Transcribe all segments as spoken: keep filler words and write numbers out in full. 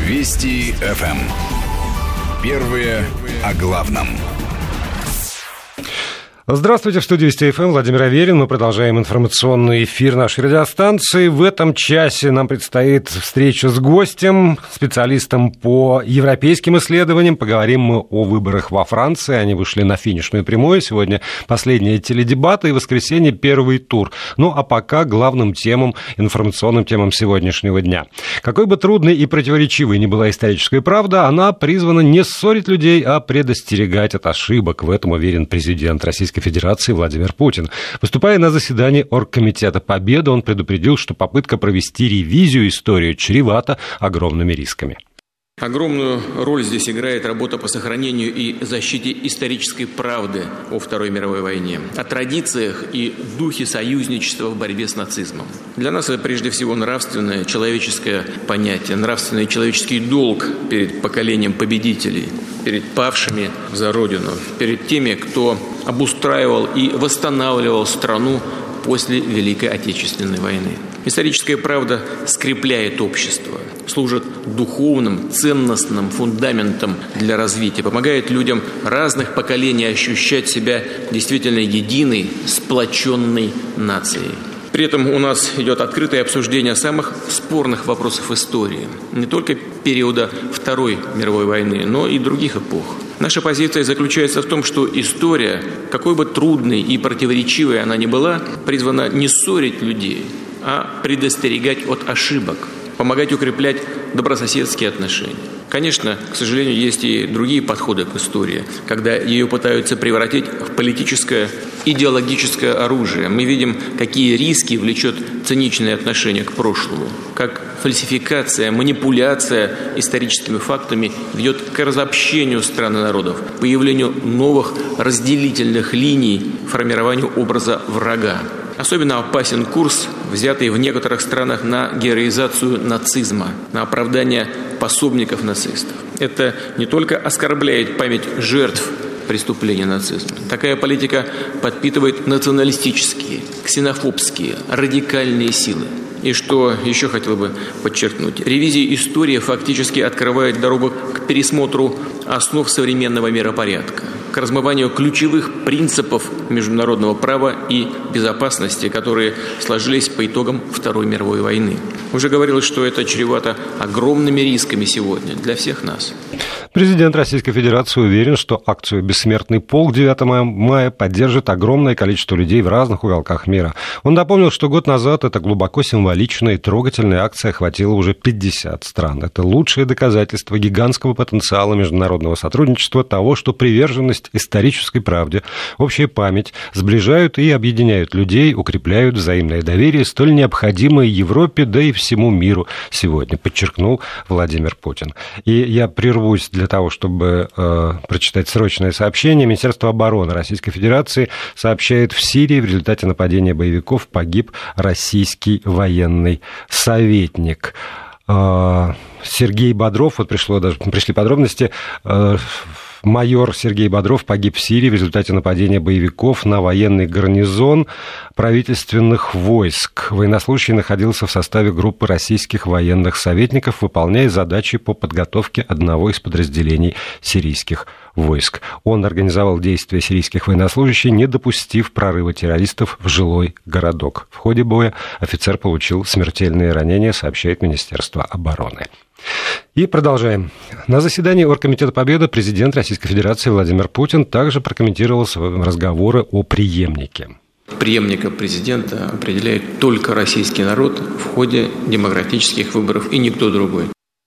Вести эф эм. Первые о главном. Здравствуйте, в студии Вести эф эм, Владимир Аверин. Мы продолжаем информационный эфир нашей радиостанции. В этом часе нам предстоит встреча с гостем, специалистом по европейским исследованиям. Поговорим мы о выборах во Франции. Они вышли на финишную прямую. Сегодня последние теледебаты и в воскресенье первый тур. Ну, а пока главным темам, информационным темам сегодняшнего дня. Какой бы трудной и противоречивой ни была историческая правда, она призвана не ссорить людей, а предостерегать от ошибок. В этом уверен президент Российской Федерации Владимир Путин. Выступая на заседании Оргкомитета Победы, он предупредил, что попытка провести ревизию истории чревата огромными рисками. Огромную роль здесь играет работа по сохранению и защите исторической правды о Второй мировой войне, о традициях и духе союзничества в борьбе с нацизмом. Для нас это прежде всего нравственное человеческое понятие, нравственный человеческий долг перед поколением победителей, перед павшими за Родину, перед теми, кто обустраивал и восстанавливал страну после Великой Отечественной войны. Историческая правда скрепляет общество, служит духовным, ценностным фундаментом для развития, помогает людям разных поколений ощущать себя действительно единой, сплоченной нацией. При этом у нас идет открытое обсуждение самых спорных вопросов истории, не только периода Второй мировой войны, но и других эпох. Наша позиция заключается в том, что история, какой бы трудной и противоречивой она ни была, призвана не ссорить людей, а предостерегать от ошибок, помогать укреплять добрососедские отношения. Конечно, к сожалению, есть и другие подходы к истории, когда ее пытаются превратить в политическое, идеологическое оружие. Мы видим, какие риски влечет циничное отношение к прошлому, как фальсификация, манипуляция историческими фактами ведет к разобщению стран и народов, появлению новых разделительных линий, формированию образа врага. Особенно опасен курс, взятый в некоторых странах на героизацию нацизма, на оправдание пособников нацистов. Это не только оскорбляет память жертв преступления нацизма. Такая политика подпитывает националистические, ксенофобские, радикальные силы. И что еще хотел бы подчеркнуть, ревизия истории фактически открывает дорогу к пересмотру основ современного миропорядка, к размыванию ключевых принципов международного права и безопасности, которые сложились по итогам Второй мировой войны. Уже говорилось, что это чревато огромными рисками сегодня для всех нас. Президент Российской Федерации уверен, что акцию «Бессмертный полк» девятого мая поддержит огромное количество людей в разных уголках мира. Он напомнил, что год назад эта глубоко символичная и трогательная акция охватила уже пятьдесят стран. Это лучшее доказательство гигантского потенциала международного сотрудничества, того, что приверженность исторической правде, общая память сближают и объединяют людей, укрепляют взаимное доверие, столь необходимое Европе, да и всему миру сегодня, подчеркнул Владимир Путин. И я прервусь для того, чтобы э, прочитать срочное сообщение. Министерство обороны Российской Федерации сообщает: в Сирии в результате нападения боевиков погиб российский военный советник. Э, Сергей Бодров, вот пришло даже, пришли подробности, э, майор Сергей Бодров погиб в Сирии в результате нападения боевиков на военный гарнизон правительственных войск. Военнослужащий находился в составе группы российских военных советников, выполняя задачи по подготовке одного из подразделений сирийских войск. Он организовал действия сирийских военнослужащих, не допустив прорыва террористов в жилой городок. В ходе боя офицер получил смертельные ранения, сообщает Министерство обороны. И продолжаем. На заседании Оргкомитета Победы президент Российской Федерации Владимир Путин также прокомментировал разговоры о преемнике. Преемника президента определяет только российский народ в ходе демократических выборов и никто другой.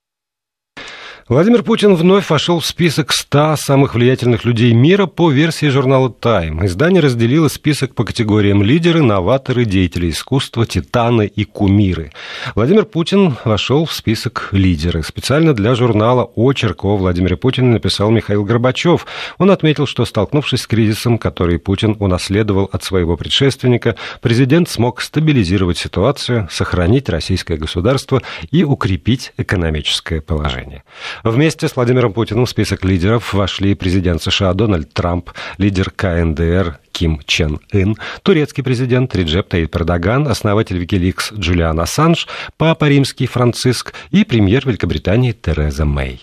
Владимир Путин вновь вошел в список ста самых влиятельных людей мира по версии журнала Time. Издание разделило список по категориям: лидеры, новаторы, деятели искусства, титаны и кумиры. Владимир Путин вошел в список лидеры. Специально для журнала «Очерк» о Владимире Путине написал Михаил Горбачев. Он отметил, что, столкнувшись с кризисом, который Путин унаследовал от своего предшественника, президент смог стабилизировать ситуацию, сохранить российское государство и укрепить экономическое положение. Вместе с Владимиром Путиным в список лидеров вошли президент США Дональд Трамп, лидер ка эн дэ эр Ким Чен Ын, турецкий президент Реджеп Таyyip Эрдоган, основатель Wikileaks Джулиан Ассанж, папа римский Франциск и премьер Великобритании Тереза Мэй.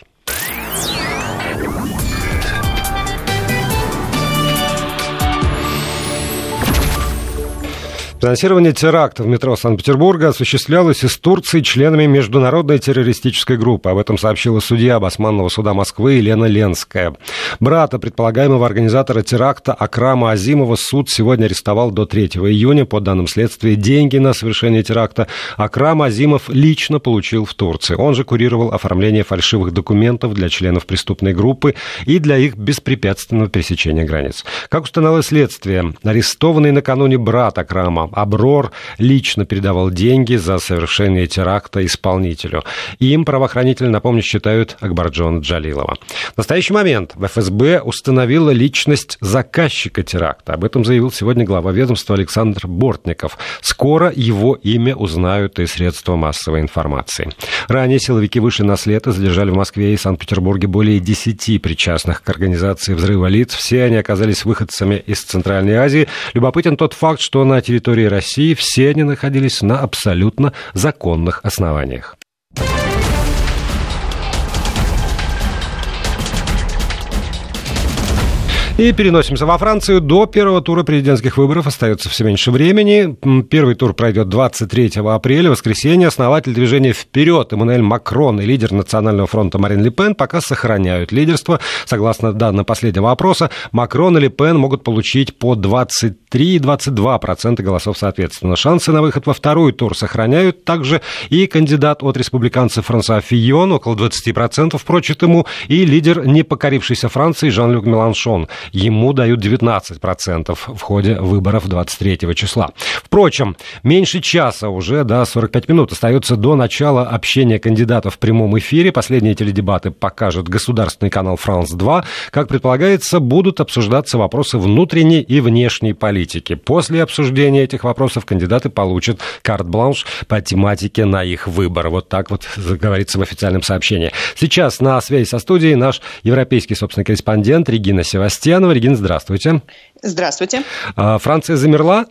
Финансирование теракта в метро Санкт-Петербурга осуществлялось из Турции членами международной террористической группы. Об этом сообщила судья Басманного суда Москвы Елена Ленская. Брата предполагаемого организатора теракта Акрама Азимова суд сегодня арестовал до третьего июня. По данным следствия, деньги на совершение теракта Акрам Азимов лично получил в Турции. Он же курировал оформление фальшивых документов для членов преступной группы и для их беспрепятственного пересечения границ. Как установило следствие, арестованный накануне брат Акрама Аброр лично передавал деньги за совершение теракта исполнителю. Им правоохранители, напомню, считают Акбарджона Джалилова. В настоящий момент в эф эс бэ установила личность заказчика теракта. Об этом заявил сегодня глава ведомства Александр Бортников. Скоро его имя узнают и средства массовой информации. Ранее силовики вышли на след и задержали в Москве и Санкт-Петербурге более десяти причастных к организации взрыва лиц. Все они оказались выходцами из Центральной Азии. Любопытен тот факт, что на территории России все они находились на абсолютно законных основаниях. И переносимся во Францию. До первого тура президентских выборов остается все меньше времени. Первый тур пройдет двадцать третьего апреля, воскресенье. Основатель движения «Вперед» Эммануэль Макрон и лидер Национального фронта Марин Ле Пен пока сохраняют лидерство. Согласно данным последнего опроса, Макрон и Ле Пен могут получить по двадцать три и двадцать два процента голосов соответственно. Шансы на выход во второй тур сохраняют также и кандидат от республиканцев Франсуа Фийон, около двадцать процентов прочит ему, и лидер непокорившейся Франции Жан-Люк Меланшон. Ему дают девятнадцать процентов в ходе выборов двадцать третьего числа. Впрочем, меньше часа уже, да, сорок пять минут остается до начала общения кандидатов в прямом эфире. Последние теледебаты покажет государственный канал Франс два. Как предполагается, будут обсуждаться вопросы внутренней и внешней политики. После обсуждения этих вопросов кандидаты получат карт-бланш по тематике на их выбор. Вот так вот говорится в официальном сообщении. Сейчас на связи со студией наш европейский собственный корреспондент Регина Севастьянова. Регина, здравствуйте. Здравствуйте. Франция замерла?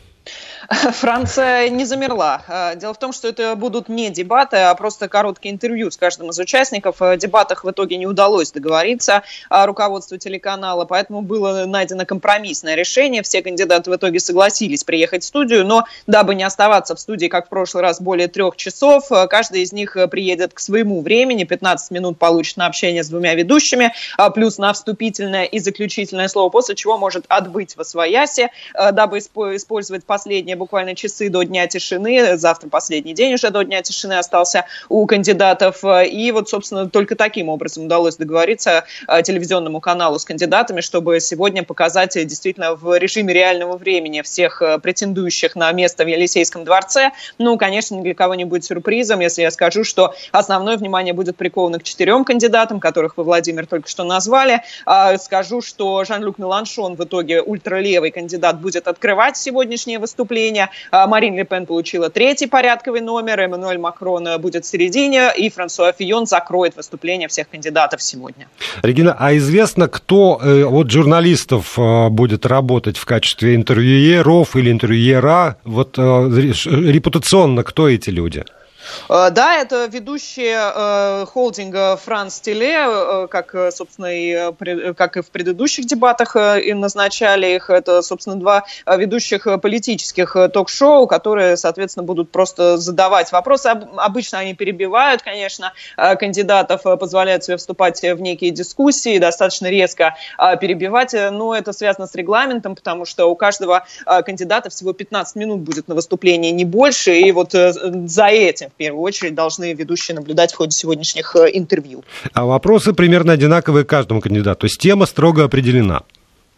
Франция не замерла. Дело в том, что это будут не дебаты, а просто короткие интервью с каждым из участников. В дебатах в итоге не удалось договориться руководству телеканала, поэтому было найдено компромиссное решение. Все кандидаты в итоге согласились приехать в студию, но дабы не оставаться в студии, как в прошлый раз, более трех часов, каждый из них приедет к своему времени, пятнадцать минут получит на общение с двумя ведущими, плюс на вступительное и заключительное слово, после чего может отбыть восвояси, дабы использовать последнее буквально часы до Дня тишины. Завтра последний день уже до Дня тишины остался у кандидатов. И вот, собственно, только таким образом удалось договориться телевизионному каналу с кандидатами, чтобы сегодня показать действительно в режиме реального времени всех претендующих на место в Елисейском дворце. Ну, конечно, ни для кого не будет сюрпризом, если я скажу, что основное внимание будет приковано к четырем кандидатам, которых вы, Владимир, только что назвали. Скажу, что Жан-Люк Меланшон, в итоге ультралевый кандидат, будет открывать сегодняшнее выступление. Марин Ле Пен получила третий порядковый номер, Эммануэль Макрон будет в середине, и Франсуа Фийон закроет выступление всех кандидатов сегодня. Регина, а известно, кто э, от журналистов э, будет работать в качестве интервьюеров или интервьюера? Вот э, репутационно кто эти люди? Да, это ведущие э, холдинга «Франс Теле», э, как, собственно, и, э, как и в предыдущих дебатах э, и назначали их. Это, собственно, два ведущих политических ток-шоу, которые, соответственно, будут просто задавать вопросы. Обычно они перебивают, конечно, кандидатов, позволяют себе вступать в некие дискуссии, достаточно резко э, перебивать, но это связано с регламентом, потому что у каждого э, кандидата всего пятнадцать минут будет на выступление, не больше, и вот э, за этим, в первую очередь, должны ведущие наблюдать в ходе сегодняшних интервью. А вопросы примерно одинаковые каждому кандидату, то есть тема строго определена.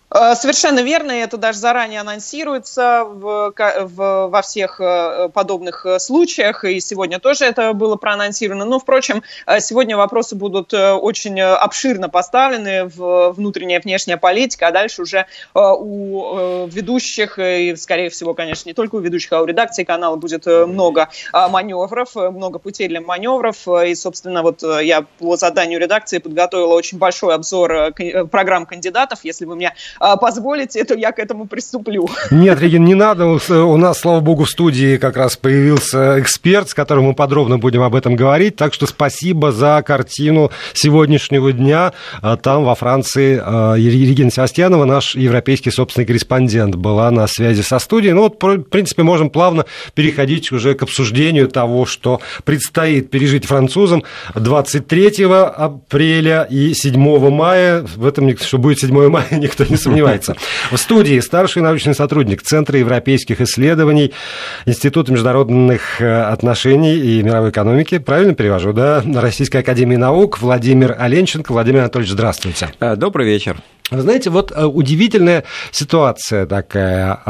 Совершенно верно, и это даже заранее анонсируется в, в, во всех подобных случаях, и сегодня тоже это было проанонсировано. Но, впрочем, сегодня вопросы будут очень обширно поставлены в внутренняя и внешняя политика, а дальше уже у ведущих, и, скорее всего, конечно, не только у ведущих, а у редакции канала будет много маневров, много путей для маневров, и, собственно, вот я по заданию редакции подготовила очень большой обзор программ кандидатов, если вы мне позволите, то я к этому приступлю. Нет, Регина, не надо. У нас, слава богу, в студии как раз появился эксперт, с которым мы подробно будем об этом говорить. Так что спасибо за картину сегодняшнего дня. Там, во Франции, Регина Севастьянова, наш европейский собственный корреспондент, была на связи со студией. Ну вот, в принципе, можем плавно переходить уже к обсуждению того, что предстоит пережить французам двадцать третьего апреля и седьмого мая. В этом, что будет седьмого мая, никто не сомневается. В студии старший научный сотрудник Центра европейских исследований Института международных отношений и мировой экономики, правильно перевожу, да, Российской академии наук, Владимир Аленченко. Владимир Анатольевич, здравствуйте. Добрый вечер. Вы знаете, вот удивительная ситуация такая.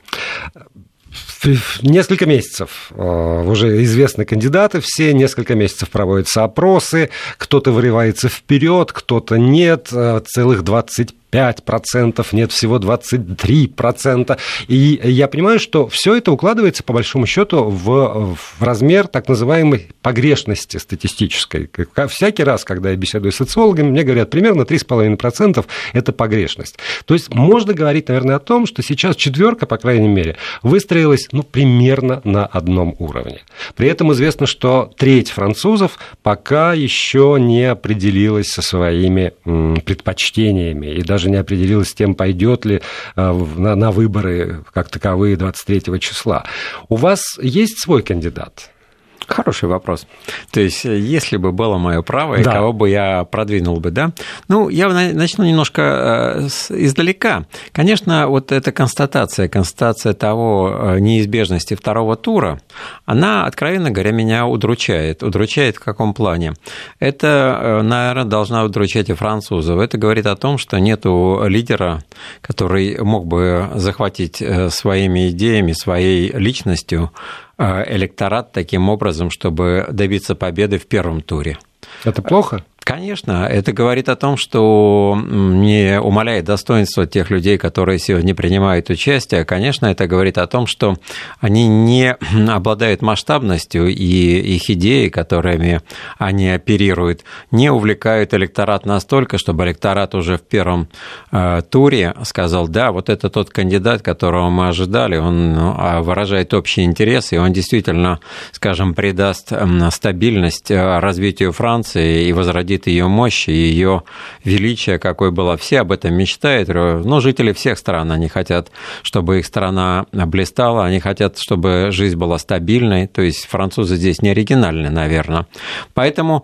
Несколько месяцев уже известны кандидаты, все несколько месяцев проводятся опросы, кто-то вырывается вперед, кто-то нет, целых двадцать пять процентов, нет, всего двадцать три процента. И я понимаю, что все это укладывается, по большому счету, в, в размер так называемой погрешности статистической. Всякий раз, когда я беседую с социологами, мне говорят, примерно три с половиной процента это погрешность. То есть можно говорить, наверное, о том, что сейчас четверка, по крайней мере, выстроилась ну, примерно на одном уровне. При этом известно, что треть французов пока еще не определилась со своими предпочтениями и даже даже не определилась с тем, пойдет ли на, на выборы как таковые двадцать третьего числа. У вас есть свой кандидат? Хороший вопрос. То есть, если бы было мое право, и да. кого бы я продвинул бы, да? Ну, я начну немножко издалека. Конечно, вот эта констатация, констатация того неизбежности второго тура, она, откровенно говоря, меня удручает. Удручает в каком плане? Это, наверное, должна удручать и французов. Это говорит о том, что нету лидера, который мог бы захватить своими идеями, своей личностью электорат таким образом, чтобы добиться победы в первом туре. Это плохо? Конечно, это говорит о том, что не умаляет достоинство тех людей, которые сегодня принимают участие. Конечно, это говорит о том, что они не обладают масштабностью, и их идеи, которыми они оперируют, не увлекают электорат настолько, чтобы электорат уже в первом туре сказал, да, вот это тот кандидат, которого мы ожидали, он выражает общий интерес, и он действительно, скажем, придаст стабильность развитию Франции и возродит ее мощь и ее величие, какой было. Все об этом мечтают, но жители всех стран, они хотят, чтобы их страна блистала, они хотят, чтобы жизнь была стабильной, то есть французы здесь не оригинальны, наверное. Поэтому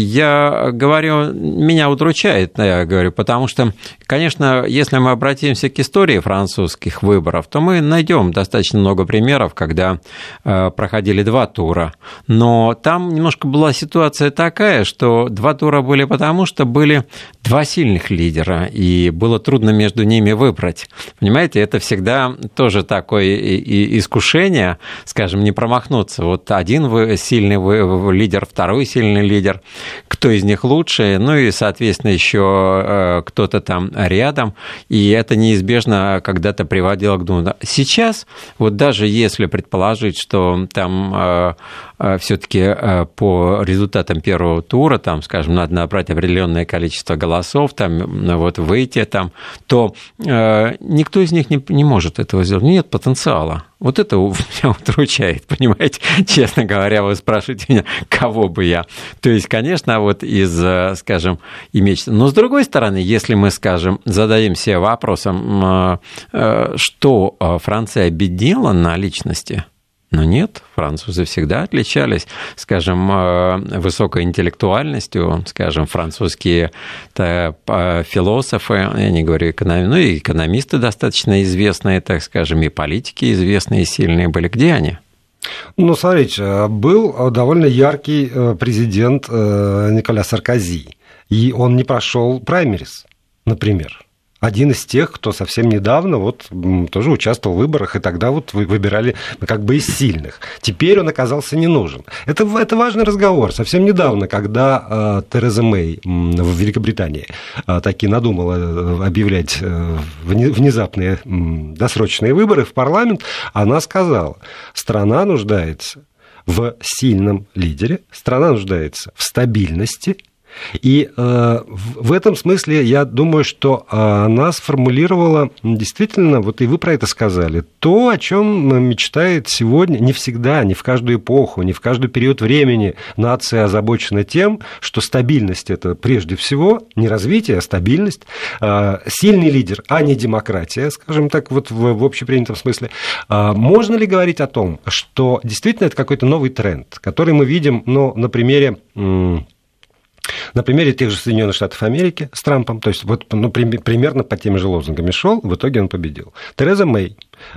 я говорю, меня удручает, я говорю, потому что, конечно, если мы обратимся к истории французских выборов, то мы найдем достаточно много примеров, когда проходили два тура, но там немножко была ситуация такая, что два тура были потому, что были два сильных лидера, и было трудно между ними выбрать. Понимаете, это всегда тоже такое искушение, скажем, не промахнуться. Вот один сильный лидер, второй сильный лидер, кто из них лучше, ну и, соответственно, еще кто-то там рядом, и это неизбежно когда-то приводило к двум. Сейчас, вот даже если предположить, что там все-таки по результатам первого тура, там, скажем, надо набрать определенное количество голосов, там, вот, выйти, там, то э, никто из них не, не может этого сделать. Нет потенциала. Вот это меня удручает, понимаете? Честно говоря, вы спрашиваете меня, кого бы я. То есть, конечно, вот из, скажем, имеющихся. Но, с другой стороны, если мы, скажем, зададим себе вопросом, что Франция объединила на личности, но нет, французы всегда отличались, скажем, высокой интеллектуальностью, скажем, французские философы, я не говорю экономисты, ну и экономисты достаточно известные, так скажем, и политики известные, сильные были. Где они? Ну, смотрите, был довольно яркий президент Николя Саркози, и он не прошел праймерис, например. один из тех, кто совсем недавно вот тоже участвовал в выборах, и тогда вот выбирали как бы из сильных. Теперь он оказался не нужен. Это, это важный разговор. Совсем недавно, когда э, Тереза Мэй в Великобритании э, таки надумала объявлять э, внезапные э, досрочные выборы в парламент, она сказала, страна нуждается в сильном лидере, страна нуждается в стабильности. И э, в этом смысле я думаю, что она сформулировала действительно, вот и вы про это сказали, то, о чем мечтает сегодня, не всегда, не в каждую эпоху, не в каждый период времени нация озабочена тем, что стабильность – это прежде всего не развитие, а стабильность, э, сильный лидер, а не демократия, скажем так, вот в, в общепринятом смысле. Э, можно ли говорить о том, что действительно это какой-то новый тренд, который мы видим, ну, на примере... М- На примере тех же Соединенных Штатов Америки с Трампом, то есть вот, ну, примерно по теми же лозунгами шел, в итоге он победил. Тереза Мэй,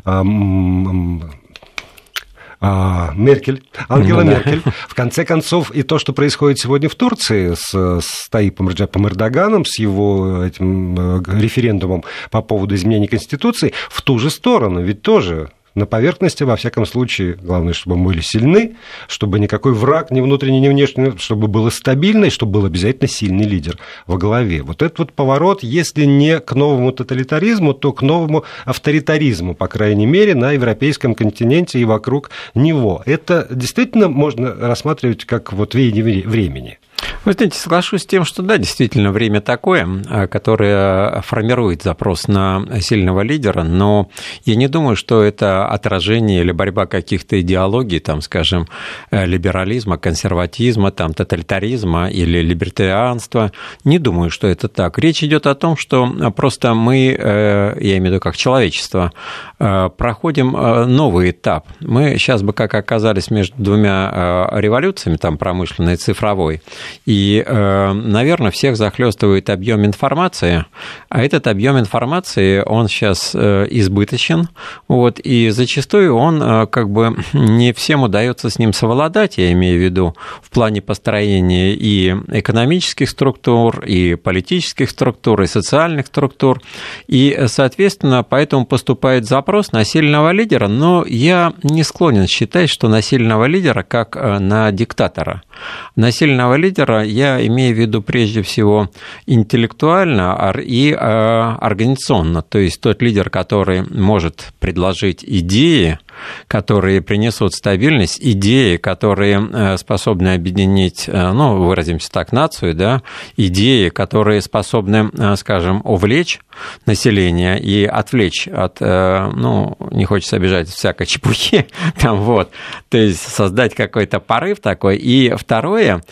Меркель, Ангела да. Меркель. В конце концов, и то, что происходит сегодня в Турции с, с Таипом Реджепом Эрдоганом, с его этим референдумом по поводу изменения Конституции, в ту же сторону, ведь тоже... На поверхности, во всяком случае, главное, чтобы мы были сильны, чтобы никакой враг, ни внутренний, ни внешний, чтобы было стабильно, и чтобы был обязательно сильный лидер во главе. Вот этот вот поворот, если не к новому тоталитаризму, то к новому авторитаризму, по крайней мере, на европейском континенте и вокруг него. Это действительно можно рассматривать как вот веяние времени. Вы знаете, соглашусь с тем, что да, действительно, время такое, которое формирует запрос на сильного лидера, но я не думаю, что это отражение или борьба каких-то идеологий, там, скажем, либерализма, консерватизма, там, тоталитаризма или либертарианства. Не думаю, что это так. Речь идет о том, что просто мы, я имею в виду как человечество, проходим новый этап. Мы сейчас бы как оказались между двумя революциями, там, промышленной и цифровой, и, наверное, всех захлестывает объем информации, а этот объем информации, он сейчас избыточен, вот, и зачастую он как бы не всем удается с ним совладать, я имею в виду, в плане построения и экономических структур, и политических структур, и социальных структур, и, соответственно, поэтому поступает запрос на сильного лидера, но я не склонен считать, что на сильного лидера как на диктатора. На сильного лидера я имею в виду прежде всего интеллектуально и организационно, то есть тот лидер, который может предложить идеи, которые принесут стабильность, идеи, которые способны объединить, ну, выразимся так, нацию, да, идеи, которые способны, скажем, увлечь население и отвлечь от, ну, не хочется обижать, всякой чепухи, там вот, то есть создать какой-то порыв такой. И второе,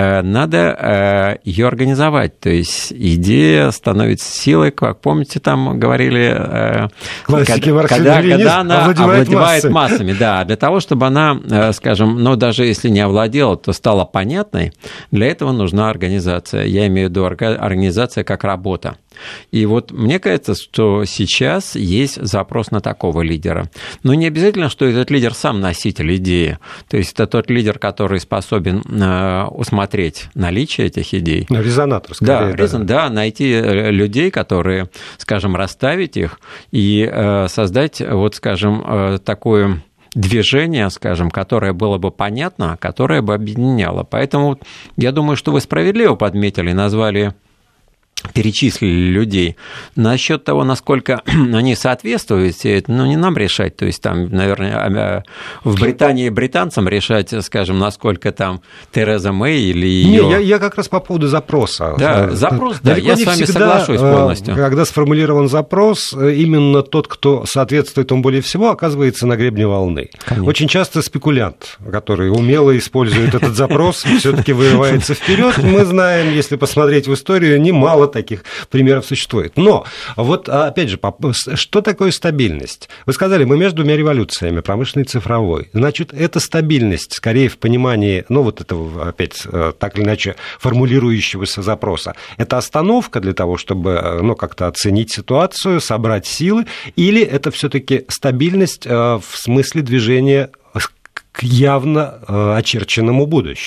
надо ее организовать, то есть идея становится силой, как помните, там говорили, классики, когда, когда, когда она овладевает, овладевает массами, да, для того, чтобы она, скажем, ну, даже если не овладела, то стала понятной, для этого нужна организация. Я имею в виду организация как работа. И вот мне кажется, что сейчас есть запрос на такого лидера. Но не обязательно, что этот лидер сам носитель идеи. То есть это тот лидер, который способен усмотреть наличие этих идей. Резонатор, скорее. Да, резон, да, найти людей, которые, скажем, расставить их и создать, вот, скажем, такое движение, скажем, которое было бы понятно, которое бы объединяло. Поэтому я думаю, что вы справедливо подметили, назвали... перечислили людей. Насчет того, насколько они соответствуют, ну, не нам решать. То есть, там, наверное, в Британии британцам решать, скажем, насколько там Тереза Мэй или ее... Не, я, я как раз по поводу запроса. Да, запрос, да, я с вами всегда, соглашусь полностью. Когда сформулирован запрос, именно тот, кто соответствует ему более всего, оказывается на гребне волны. Конечно. Очень часто спекулянт, который умело использует этот запрос, все-таки вырывается вперед. Мы знаем, если посмотреть в историю, немало таких примеров существует. Но вот, опять же, что такое стабильность? Вы сказали, мы между двумя революциями, промышленной и цифровой. Значит, эта стабильность, скорее в понимании, ну, вот этого, опять, так или иначе, формулирующегося запроса, это остановка для того, чтобы, ну, как-то оценить ситуацию, собрать силы, или это все-таки стабильность в смысле движения к явно очерченному будущему?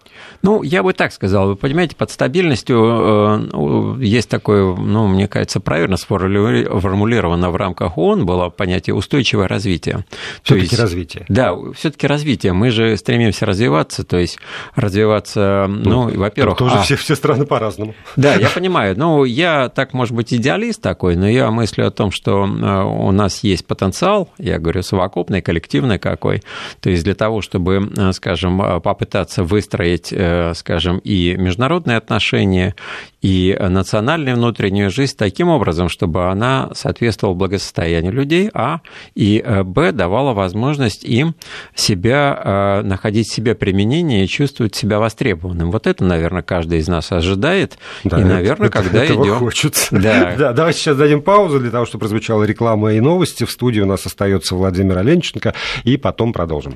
Ну, я бы так сказал. Вы понимаете, под стабильностью есть такое, ну, мне кажется, правильно сформулировано в рамках ООН было понятие устойчивое развитие. Все-таки развитие. Да, все-таки развитие. Мы же стремимся развиваться, то есть развиваться, ну, ну во-первых... Тоже а, все, все страны по-разному. Да, я понимаю. Ну, я так, может быть, идеалист такой, но я мыслю о том, что у нас есть потенциал, я говорю, совокупный, коллективный какой, то есть для того, чтобы, скажем, попытаться выстроить, скажем, и международные отношения, и национальную внутреннюю жизнь таким образом, чтобы она соответствовала благосостоянию людей, а, и, б, давала возможность им себя, находить себе применение и чувствовать себя востребованным. Вот это, наверное, каждый из нас ожидает, да, и, наверное, это, когда этого идем... хочется. Да. Да, давайте сейчас дадим паузу для того, чтобы прозвучала реклама и новости. В студии у нас остается Владимир Аленченко, и потом продолжим.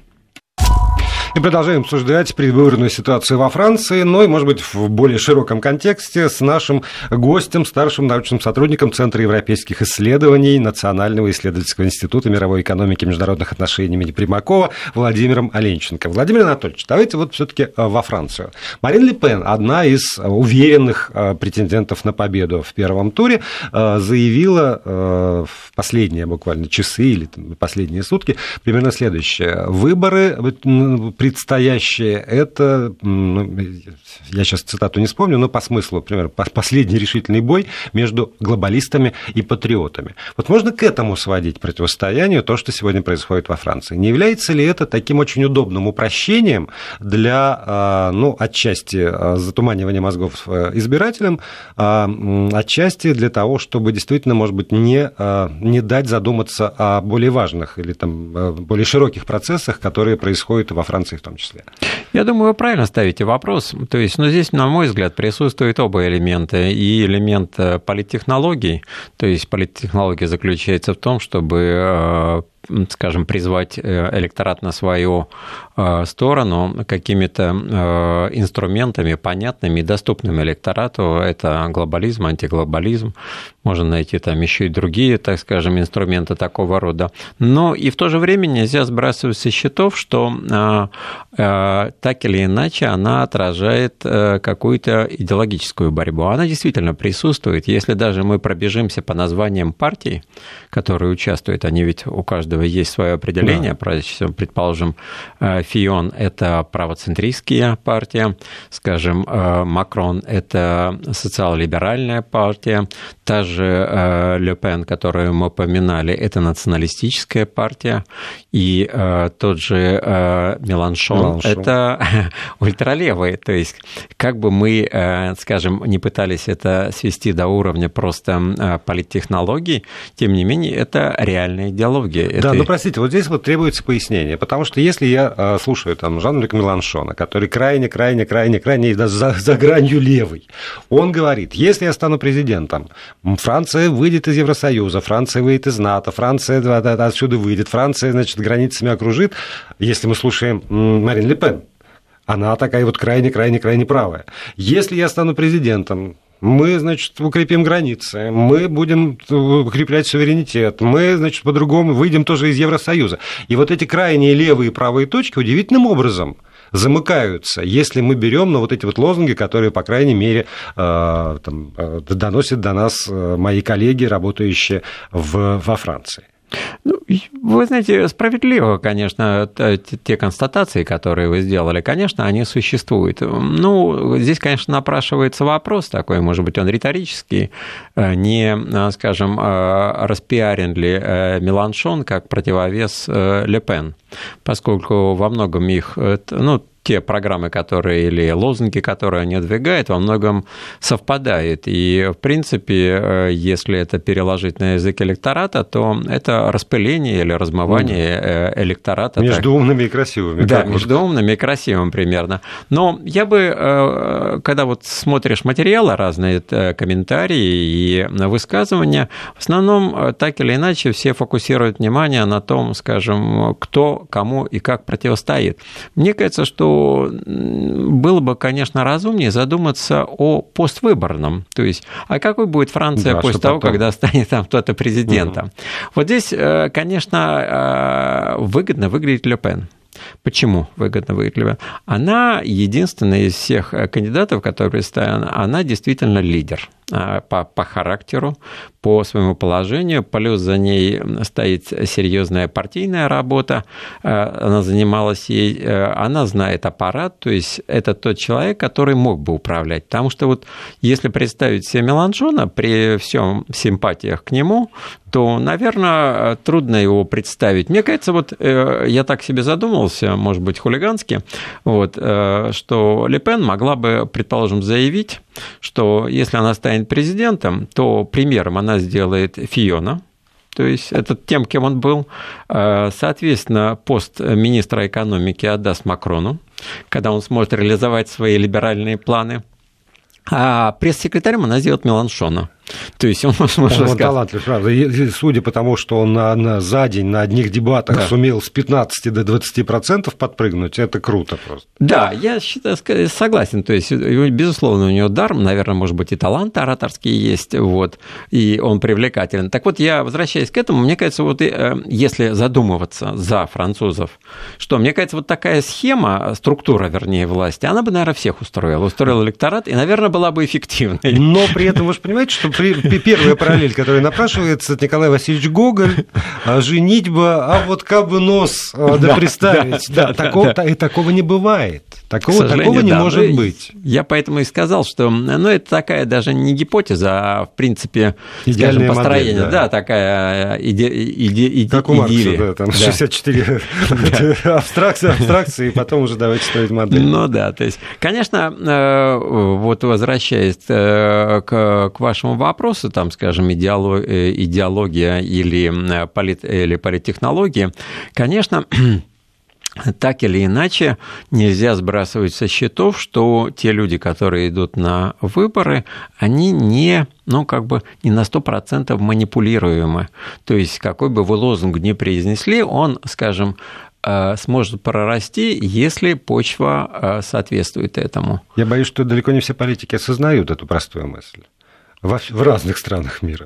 И продолжаем обсуждать предвыборную ситуацию во Франции, но и, может быть, в более широком контексте с нашим гостем, старшим научным сотрудником Центра европейских исследований Национального исследовательского института мировой экономики и международных отношений имени Примакова Владимиром Аленченко. Владимир Анатольевич, давайте вот все-таки во Францию. Марин Ле Пен, одна из уверенных претендентов на победу в первом туре, заявила в последние буквально часы или последние сутки примерно следующее. Выборы предстоящее, это, ну, я сейчас цитату не вспомню, но по смыслу, например, последний решительный бой между глобалистами и патриотами. Вот можно к этому сводить противостоянию то, что сегодня происходит во Франции. Не является ли это таким очень удобным упрощением для, ну, отчасти затуманивания мозгов избирателям, отчасти для того, чтобы действительно, может быть, не, не дать задуматься о более важных или там, более широких процессах, которые происходят во Франции в том числе? Я думаю, вы правильно ставите вопрос. То есть, ну, здесь, на мой взгляд, присутствуют оба элемента. И элемент политтехнологий, то есть политтехнология заключается в том, чтобы, скажем, призвать электорат на свою сторону какими-то инструментами, понятными и доступными электорату. Это глобализм, антиглобализм. Можно найти там еще и другие, так скажем, инструменты такого рода. Но и в то же время нельзя сбрасывать со счетов, что так или иначе она отражает какую-то идеологическую борьбу. Она действительно присутствует. Если даже мы пробежимся по названиям партий, которые участвуют, они ведь у каждого есть свое определение. Да. Предположим, Фион – это правоцентристская партия, скажем, Макрон – это социал-либеральная партия, та же Ле Пен, которую мы упоминали, это националистическая партия, и тот же Меланшон, Меланшон. это ультралевый. То есть, как бы мы, скажем, не пытались это свести до уровня просто политтехнологий, тем не менее, это реальная идеология. Да, это... ну, простите, вот здесь вот требуется пояснение, потому что если я слушаю там Жан-Люка Меланшона, который крайне-крайне-крайне-крайне даже за, за гранью левый, он говорит, если я стану президентом, Франция выйдет из Евросоюза, Франция выйдет из НАТО, Франция отсюда выйдет, Франция, значит, границами окружит. Если мы слушаем Марин Ле Пен, она такая вот крайне-крайне-крайне правая. Если я стану президентом, мы, значит, укрепим границы, мы будем укреплять суверенитет, мы, значит, по-другому выйдем тоже из Евросоюза. И вот эти крайние левые и правые точки удивительным образом замыкаются, если мы берем, ну, вот эти вот лозунги, которые, по крайней мере, э, там, доносят до нас мои коллеги, работающие в, во Франции. Ну, вы знаете, справедливо, конечно, те констатации, которые вы сделали, конечно, они существуют. Ну, здесь, конечно, напрашивается вопрос такой, может быть, он риторический, не, скажем, распиарен ли Меланшон как противовес Ле Пен, поскольку во многом их, ну, те программы, которые, или лозунги, которые они двигают, во многом совпадают. И, в принципе, если это переложить на язык электората, то это распыление или размывание электората. Между так... умными и красивыми. Да, между умными и красивыми примерно. Но я бы, когда вот смотришь материалы, разные комментарии и высказывания, в основном, так или иначе, все фокусируют внимание на том, скажем, кто, кому и как противостоит. Мне кажется, что было бы, конечно, разумнее задуматься о поствыборном. То есть, а какой будет Франция да, после того, потом... когда станет там кто-то президентом? Угу. Вот здесь, конечно, выгодно выглядит Ле Пен. Почему выгодно выглядит? Она единственная из всех кандидатов, которые представлены, она действительно лидер по, по характеру, по своему положению, плюс за ней стоит серьезная партийная работа, она занималась ей, она знает аппарат, то есть это тот человек, который мог бы управлять, потому что вот если представить себе Меланшона при всем симпатиях к нему, то, наверное, трудно его представить. Мне кажется, вот я так себе задумался, может быть, хулигански, вот, что Ле Пен могла бы, предположим, заявить, что если она станет президентом, то премьером она сделает Фийона, то есть это тем, кем он был. Соответственно, пост министра экономики отдаст Макрону, когда он сможет реализовать свои либеральные планы. А пресс-секретарем она сделает Меланшона. То есть он, можно он сказать... талантлив, правда. Судя по тому, что он на, на, за день на одних дебатах да. сумел с пятнадцати до двадцати процентов подпрыгнуть, это круто просто. Да, я считаю, согласен. То есть, безусловно, у него дар, наверное, может быть, и таланты ораторские есть, вот, и он привлекателен. Так вот, я возвращаясь к этому, мне кажется, вот если задумываться за французов, что, мне кажется, вот такая схема, структура, вернее, власти, она бы, наверное, всех устроила. Устроила электорат, и, наверное, была бы эффективной. Но при этом, вы же понимаете, что первая параллель, которая напрашивается, это Николай Васильевич Гоголь, женитьба, а вот как бы нос да, да представить. Да, да, такого, да. И такого не бывает. Такого, такого не да, может ну, быть. Я поэтому и сказал, что ну, это такая даже не гипотеза, а в принципе, идеальное скажем, построение. Модель, да. да, такая иде, иде, иде, как у Маркса, да, там да. шестьдесят четыре абстракции, абстракции, и потом уже давайте строить модель. Ну да, то есть, конечно, вот возвращаясь к, к вашему вопросу, там, скажем, идеология или, полит, или политтехнология, конечно, так или иначе, нельзя сбрасывать со счетов, что те люди, которые идут на выборы, они не, ну, как бы не на сто процентов манипулируемы. То есть, какой бы вы лозунг ни произнесли, он, скажем, сможет прорасти, если почва соответствует этому. Я боюсь, что далеко не все политики осознают эту простую мысль в разных странах мира,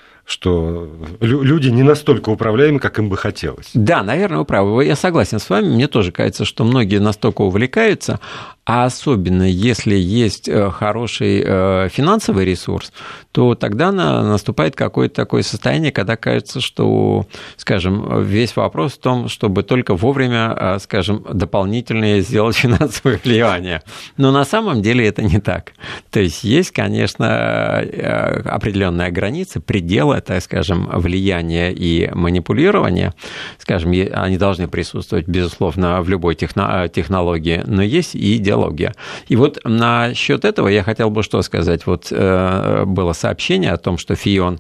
что люди не настолько управляемы, как им бы хотелось. Да, наверное, вы правы. Я согласен с вами. Мне тоже кажется, что многие настолько увлекаются, а особенно если есть хороший финансовый ресурс, то тогда наступает какое-то такое состояние, когда кажется, что, скажем, весь вопрос в том, чтобы только вовремя, скажем, дополнительные сделать финансовое влияние. Но на самом деле это не так. То есть есть, конечно, определенная граница, пределы, так скажем, влияния и манипулирования. Скажем, они должны присутствовать, безусловно, в любой технологии, но есть и идеология. И вот насчет этого я хотел бы что сказать. Вот э, было сообщение о том, что Фийон,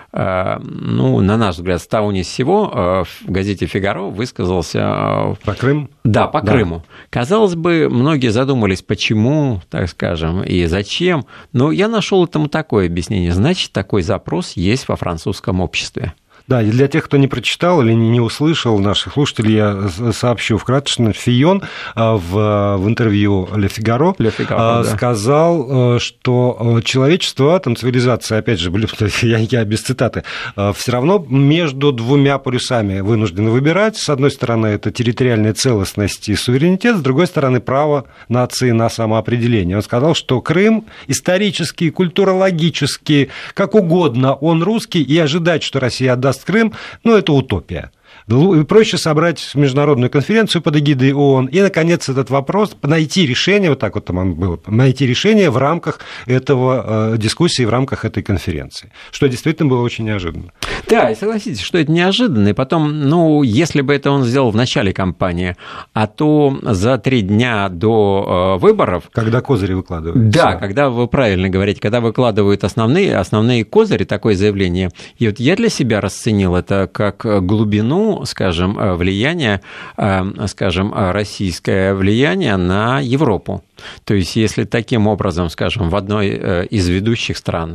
э, ну, на наш взгляд, с того ни с сего э, в газете «Фигаро» высказался... Э, по Крыму? Да, по да. Крыму. Казалось бы, многие задумались, почему, так скажем, и зачем. Но я нашел этому такое объяснение. Значит, такой запрос есть во французском обществе. Да, и для тех, кто не прочитал или не услышал наших слушателей, я сообщу вкратце. Фийон в, в интервью «Ле Фигаро» да. сказал, что человечество, там, цивилизация, опять же, я, я без цитаты, все равно между двумя полюсами вынуждены выбирать. С одной стороны, это территориальная целостность и суверенитет, с другой стороны, право нации на самоопределение. Он сказал, что Крым исторически, культурологически, как угодно, он русский, и ожидать, что Россия отдаст Крым, ну, это утопия. Проще собрать международную конференцию под эгидой ООН и, наконец, этот вопрос, найти решение, вот так вот там было, найти решение в рамках этого дискуссии, в рамках этой конференции, что действительно было очень неожиданно. Да, и согласитесь, что это неожиданно, и потом, ну, если бы это он сделал в начале кампании, а то за три дня до выборов... Когда козыри выкладывают. Да, когда вы правильно говорите, когда выкладывают основные, основные козыри, такое заявление, и вот я для себя расценил это как глубину, скажем, влияние, скажем, российское влияние на Европу. То есть, если таким образом, скажем, в одной из ведущих стран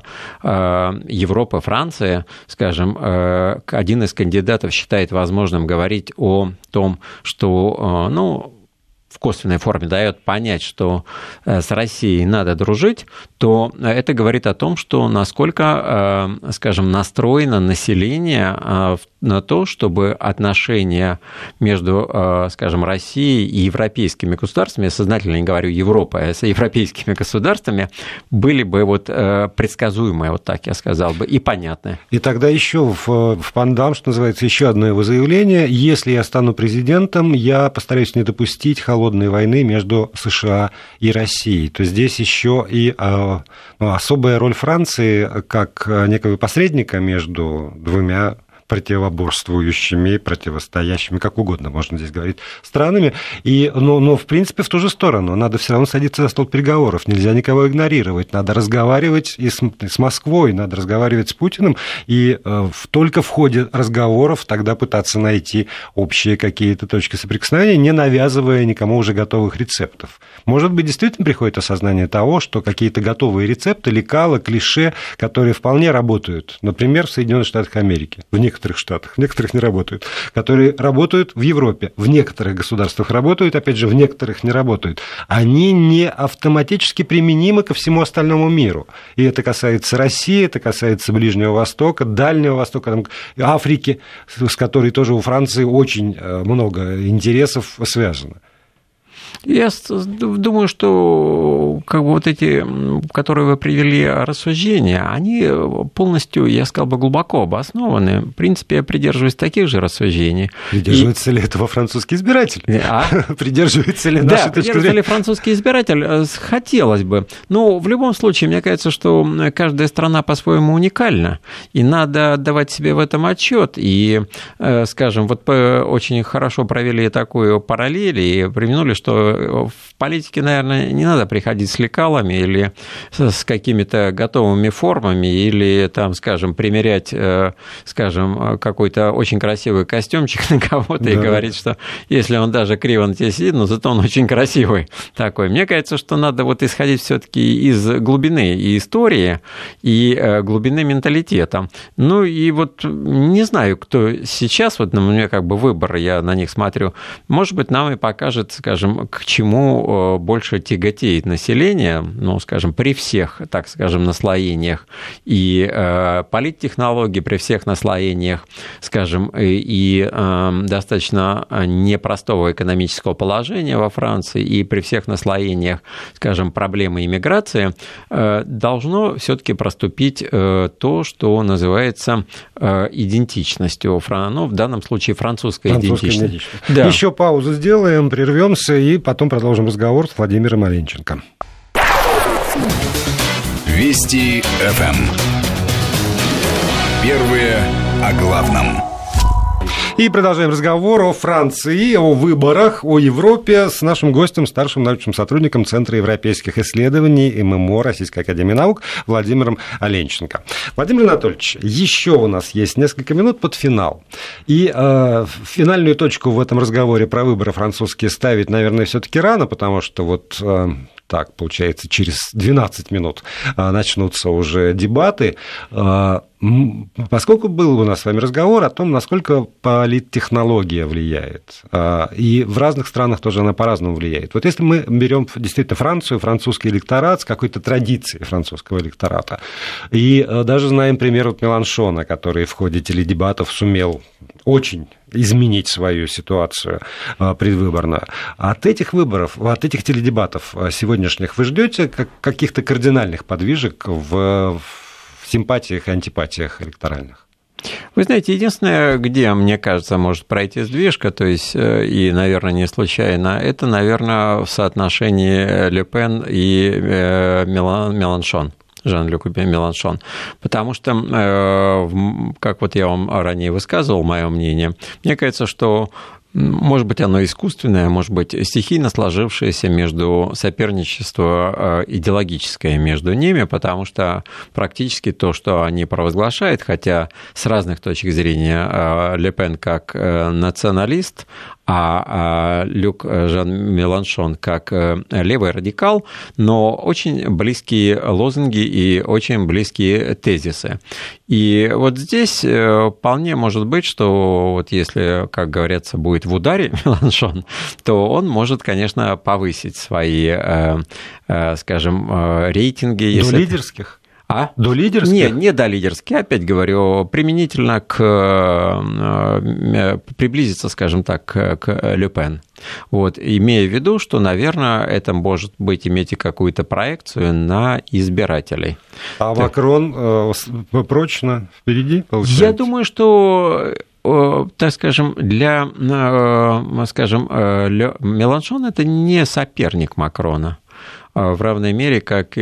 Европы, Франция, скажем, один из кандидатов считает возможным говорить о том, что, ну, в косвенной форме дает понять, что с Россией надо дружить, то это говорит о том, что насколько, скажем, настроено население на то, чтобы отношения между, скажем, Россией и европейскими государствами, я сознательно не говорю Европа, а с европейскими государствами, были бы вот предсказуемые, вот так я сказал бы, и понятные. И тогда еще в, в пандам, что называется, еще одно его заявление: если я стану президентом, я постараюсь не допустить холодной войны между США и Россией. То здесь еще и ну, особая роль Франции как некого посредника между двумя противоборствующими, противостоящими, как угодно можно здесь говорить, странами. И, но, но, в принципе, в ту же сторону. Надо все равно садиться за стол переговоров. Нельзя никого игнорировать. Надо разговаривать и с, и с Москвой, надо разговаривать с Путиным. И э, только в ходе разговоров тогда пытаться найти общие какие-то точки соприкосновения, не навязывая никому уже готовых рецептов. Может быть, действительно приходит осознание того, что какие-то готовые рецепты, лекала, клише, которые вполне работают, например, в Соединенных Штатах Америки, в некоторых В некоторых штатах, в некоторых не работают, которые работают в Европе, в некоторых государствах работают, опять же, в некоторых не работают. Они не автоматически применимы ко всему остальному миру. И это касается России, это касается Ближнего Востока, Дальнего Востока, там, Африки, с которой тоже у Франции очень много интересов связано. Я думаю, что как бы вот эти, которые вы привели рассуждения, они полностью, я сказал бы, глубоко обоснованы. В принципе, я придерживаюсь таких же рассуждений. Придерживается И... ли этого французский избиратель? А? Придерживается ли да, нашей точки зрения? придерживается ли французский избиратель? Хотелось бы. Но в любом случае, мне кажется, что каждая страна по-своему уникальна, и надо отдавать себе в этом отчет. И, скажем, вот очень хорошо провели такую параллель и применули, что в политике, наверное, не надо приходить с лекалами или с какими-то готовыми формами, или, там, скажем, примерять, скажем, какой-то очень красивый костюмчик на кого-то, да, и говорить, что если он даже криво на тебе сидит, но зато он очень красивый такой. Мне кажется, что надо вот исходить все-таки из глубины и истории, и глубины менталитета. Ну и вот не знаю, кто сейчас, вот у меня как бы выбор, я на них смотрю, может быть, нам и покажет, скажем, к чему больше тяготеет население, ну, скажем, при всех, так скажем, наслоениях и э, политтехнологий, при всех наслоениях, скажем, и, и э, достаточно непростого экономического положения во Франции, и при всех наслоениях, скажем, проблемы иммиграции, э, должно все-таки проступить э, то, что называется э, идентичностью, ну, в данном случае французская, французская идентичность. идентичность. Да. Еще паузу сделаем, прервемся и потом продолжим разговор с Владимиром Аленченко. Вести эф эм. Первые о главном. И продолжаем разговор о Франции, о выборах, о Европе с нашим гостем, старшим научным сотрудником Центра европейских исследований эм эм о Российской академии наук Владимиром Аленченко. Владимир Анатольевич, еще у нас есть несколько минут под финал. И э, финальную точку в этом разговоре про выборы французские ставить, наверное, все-таки рано, потому что вот... Э, Так, получается, через двенадцать минут начнутся уже дебаты. Поскольку был у нас с вами разговор о том, насколько политтехнология влияет, и в разных странах тоже она по-разному влияет. Вот если мы берем действительно Францию, французский электорат с какой-то традицией французского электората, и даже знаем пример вот Меланшона, который в ходе теледебатов сумел очень изменить свою ситуацию предвыборную. От этих выборов, от этих теледебатов сегодняшних вы ждете каких-то кардинальных подвижек в симпатиях и антипатиях электоральных? Вы знаете, единственное, где, мне кажется, может пройти сдвижка, то есть, и, наверное, не случайно, это, наверное, в соотношении Ле Пен и Меланшон. Жан-Люк Меланшон, потому что, как вот я вам ранее высказывал, мое мнение, мне кажется, что может быть, оно искусственное, может быть, стихийно сложившееся между соперничество идеологическое между ними, потому что практически то, что они провозглашают, хотя с разных точек зрения Ле Пен как националист, а Люк Жан Меланшон как левый радикал, но очень близкие лозунги и очень близкие тезисы. И вот здесь вполне может быть, что вот если, как говорится, будет в ударе Меланшон, то он может, конечно, повысить свои, скажем, рейтинги. До если... лидерских? А? До лидерских? Нет, не до лидерских. Опять говорю, применительно к... приблизиться, скажем так, к Ле Пен. Вот, имея в виду, что, наверное, это может быть иметь и какую-то проекцию на избирателей. А так. Макрон э, прочно впереди, получается? Я думаю, что... так скажем, для, скажем, Меланшон это не соперник Макрона в равной мере, как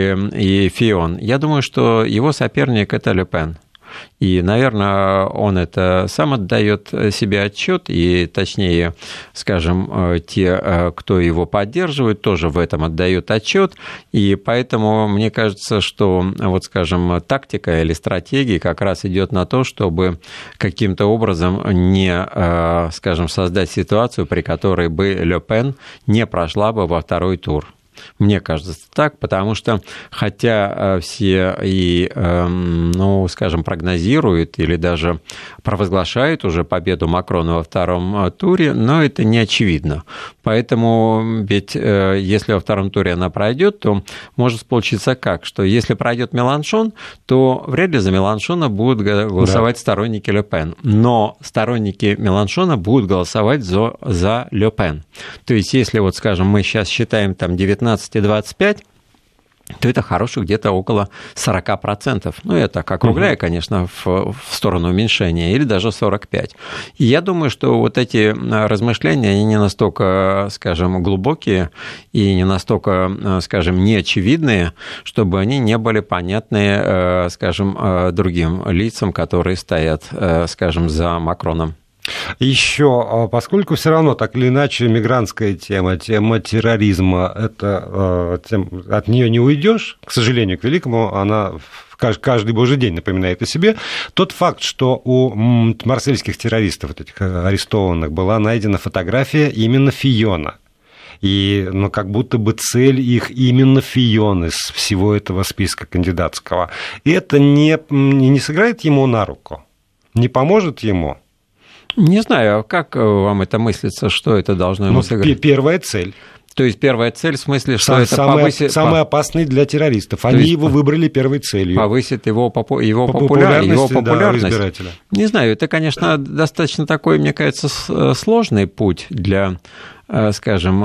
и Фион. Я думаю, что его соперник – это Ле Пен. И, наверное, он это сам отдает себе отчет, и, точнее, скажем, те, кто его поддерживает, тоже в этом отдают отчет. И поэтому мне кажется, что, вот, скажем, тактика или стратегия как раз идет на то, чтобы каким-то образом не, скажем, создать ситуацию, при которой бы Ле Пен не прошла бы во второй тур. Мне кажется так, потому что, хотя все и, ну, скажем, прогнозируют или даже провозглашают уже победу Макрона во втором туре, но это не очевидно. Поэтому ведь если во втором туре она пройдет, то может получиться как, что если пройдет Меланшон, то вряд ли за Меланшона будут голосовать да. сторонники Ле Пен. Но сторонники Меланшона будут голосовать за, за Ле Пен. То есть если, вот, скажем, мы сейчас считаем там девятнадцать и двадцать пять, то это хороших где-то около сорок процентов. Ну, я так округляю, угу. конечно, в, в сторону уменьшения, или даже сорок пять. И я думаю, что вот эти размышления, они не настолько, скажем, глубокие и не настолько, скажем, неочевидные, чтобы они не были понятны, скажем, другим лицам, которые стоят, скажем, за Макроном. Еще, поскольку все равно так или иначе мигрантская тема, тема терроризма, это, тем, от нее не уйдешь, к сожалению, к великому, она каждый божий день напоминает о себе. Тот факт, что у марсельских террористов, вот этих арестованных, была найдена фотография именно Фиона. И, ну, как будто бы цель их именно Фион из всего этого списка кандидатского. И это не, не сыграет ему на руку, не поможет ему. Не знаю, как вам это мыслится, что это должно ему ну, сыграть? Первая цель. То есть первая цель в смысле, что Сам, это самый, повысит... Самый опасный для террористов. Они есть его выбрали первой целью. Повысит его, попу... его, По популярность, его популярность. Да, избирателя. Не знаю, это, конечно, достаточно такой, мне кажется, сложный путь для, скажем,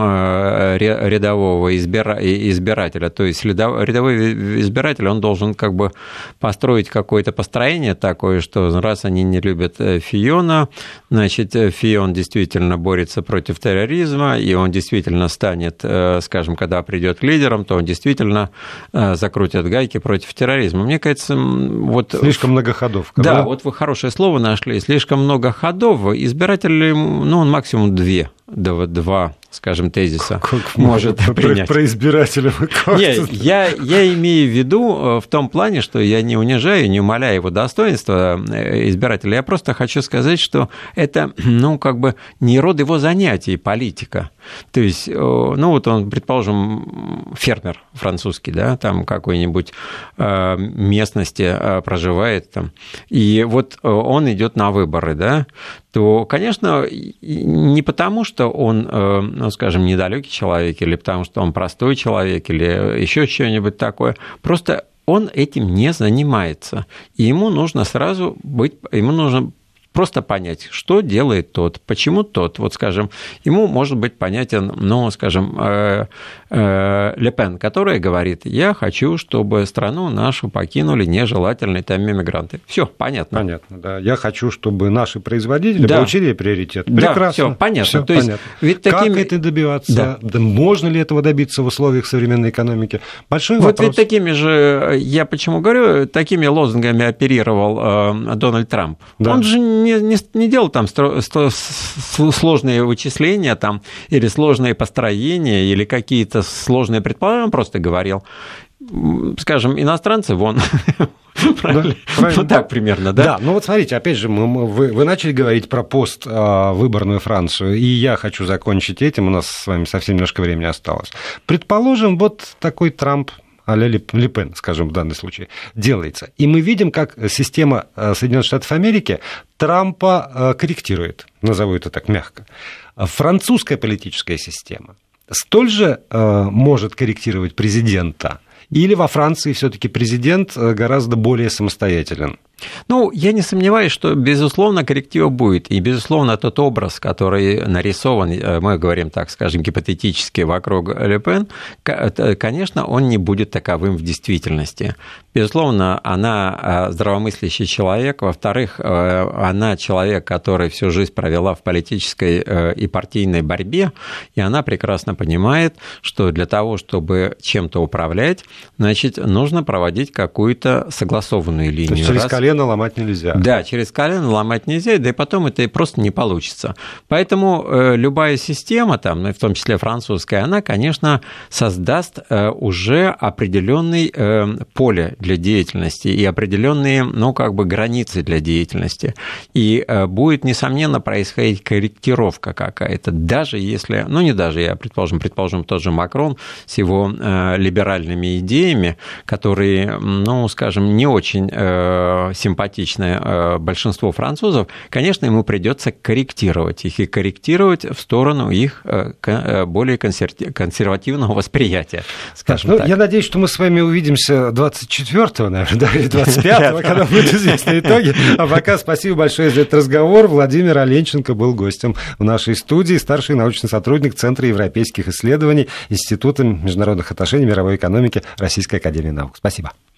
рядового избирателя. То есть рядовой избиратель, он должен как бы построить какое-то построение такое, что раз они не любят Фиона, значит, Фион действительно борется против терроризма, и он действительно станет, скажем, когда придет к лидерам, то он действительно закрутит гайки против терроризма. Мне кажется, вот... Слишком многоходовка. Да, да, вот вы хорошее слово нашли. Слишком много ходов. Избиратель, ну, он максимум две. Два, скажем, тезиса как может про, принять. Про избирателя. Нет, я, я имею в виду в том плане, что я не унижаю, не умаляю его достоинства избирателя. Я просто хочу сказать, что это, ну, как бы не род его занятий, политика. То есть, ну, вот он, предположим, фермер французский, да, там какой-нибудь местности проживает, там, и вот он идет на выборы, да, то, конечно, не потому, что он, ну, скажем, недалекий человек, или потому, что он простой человек, или еще что-нибудь такое, просто он этим не занимается, и ему нужно сразу быть, ему нужно просто понять, что делает тот, почему тот. Вот, скажем, ему может быть понятен, ну, скажем, Ле Пен, которая говорит, я хочу, чтобы страну нашу покинули нежелательные там иммигранты. Все, понятно. Понятно, да. Я хочу, чтобы наши производители да. получили приоритет. Да, прекрасно. все, понятно. Всё То есть, понятно. ведь такими... Как это добиваться? Да. Да, можно ли этого добиться в условиях современной экономики? Большой вот вопрос. Вот ведь такими же, я почему говорю, такими лозунгами оперировал э, Дональд Трамп. Да. Он же не, не, не делал там стро, стро, сложные вычисления там, или сложные построения, или какие-то сложные предположения, он просто говорил, скажем, иностранцы вон, Правильно? правильно. Вот так примерно, да? Да, ну вот смотрите, опять же, мы, мы, вы, вы начали говорить про поствыборную Францию, и я хочу закончить этим, у нас с вами совсем немножко времени осталось. Предположим, вот такой Трамп, а-ля Ле Пен, скажем, в данном случае, делается. И мы видим, как система Соединенных Штатов Америки Трампа корректирует, назову это так мягко. Французская политическая система столь же может корректировать президента, или во Франции все-таки президент гораздо более самостоятелен? Ну, я не сомневаюсь, что, безусловно, корректива будет. И, безусловно, тот образ, который нарисован, мы говорим, так скажем, гипотетически вокруг Ле Пен, конечно, он не будет таковым в действительности. Безусловно, она здравомыслящий человек. Во-вторых, она человек, который всю жизнь провела в политической и партийной борьбе, и она прекрасно понимает, что для того, чтобы чем-то управлять, значит, нужно проводить какую-то согласованную линию. То есть через колено ломать нельзя. Да, через колено ломать нельзя, да и потом это просто не получится. Поэтому э, любая система, там, в том числе французская, она, конечно, создаст э, уже определенное э, поле для деятельности и определенные, ну, как бы границы для деятельности. И э, будет, несомненно, происходить корректировка какая-то, даже если, ну, не даже, я предположим, предположим, тот же Макрон с его э, либеральными идеями, которые, ну, скажем, не очень э, симпатичное большинство французов, конечно, ему придется корректировать их и корректировать в сторону их более консервативного восприятия. Скажем ну, так. Я надеюсь, что мы с вами увидимся двадцать четвёртого, наверное, да, или двадцать пятого, когда будут известны итоги. А пока спасибо большое за этот разговор. Владимир Оленченко был гостем в нашей студии, старший научный сотрудник Центра европейских исследований Института международных отношений и мировой экономики Российской академии наук. Спасибо.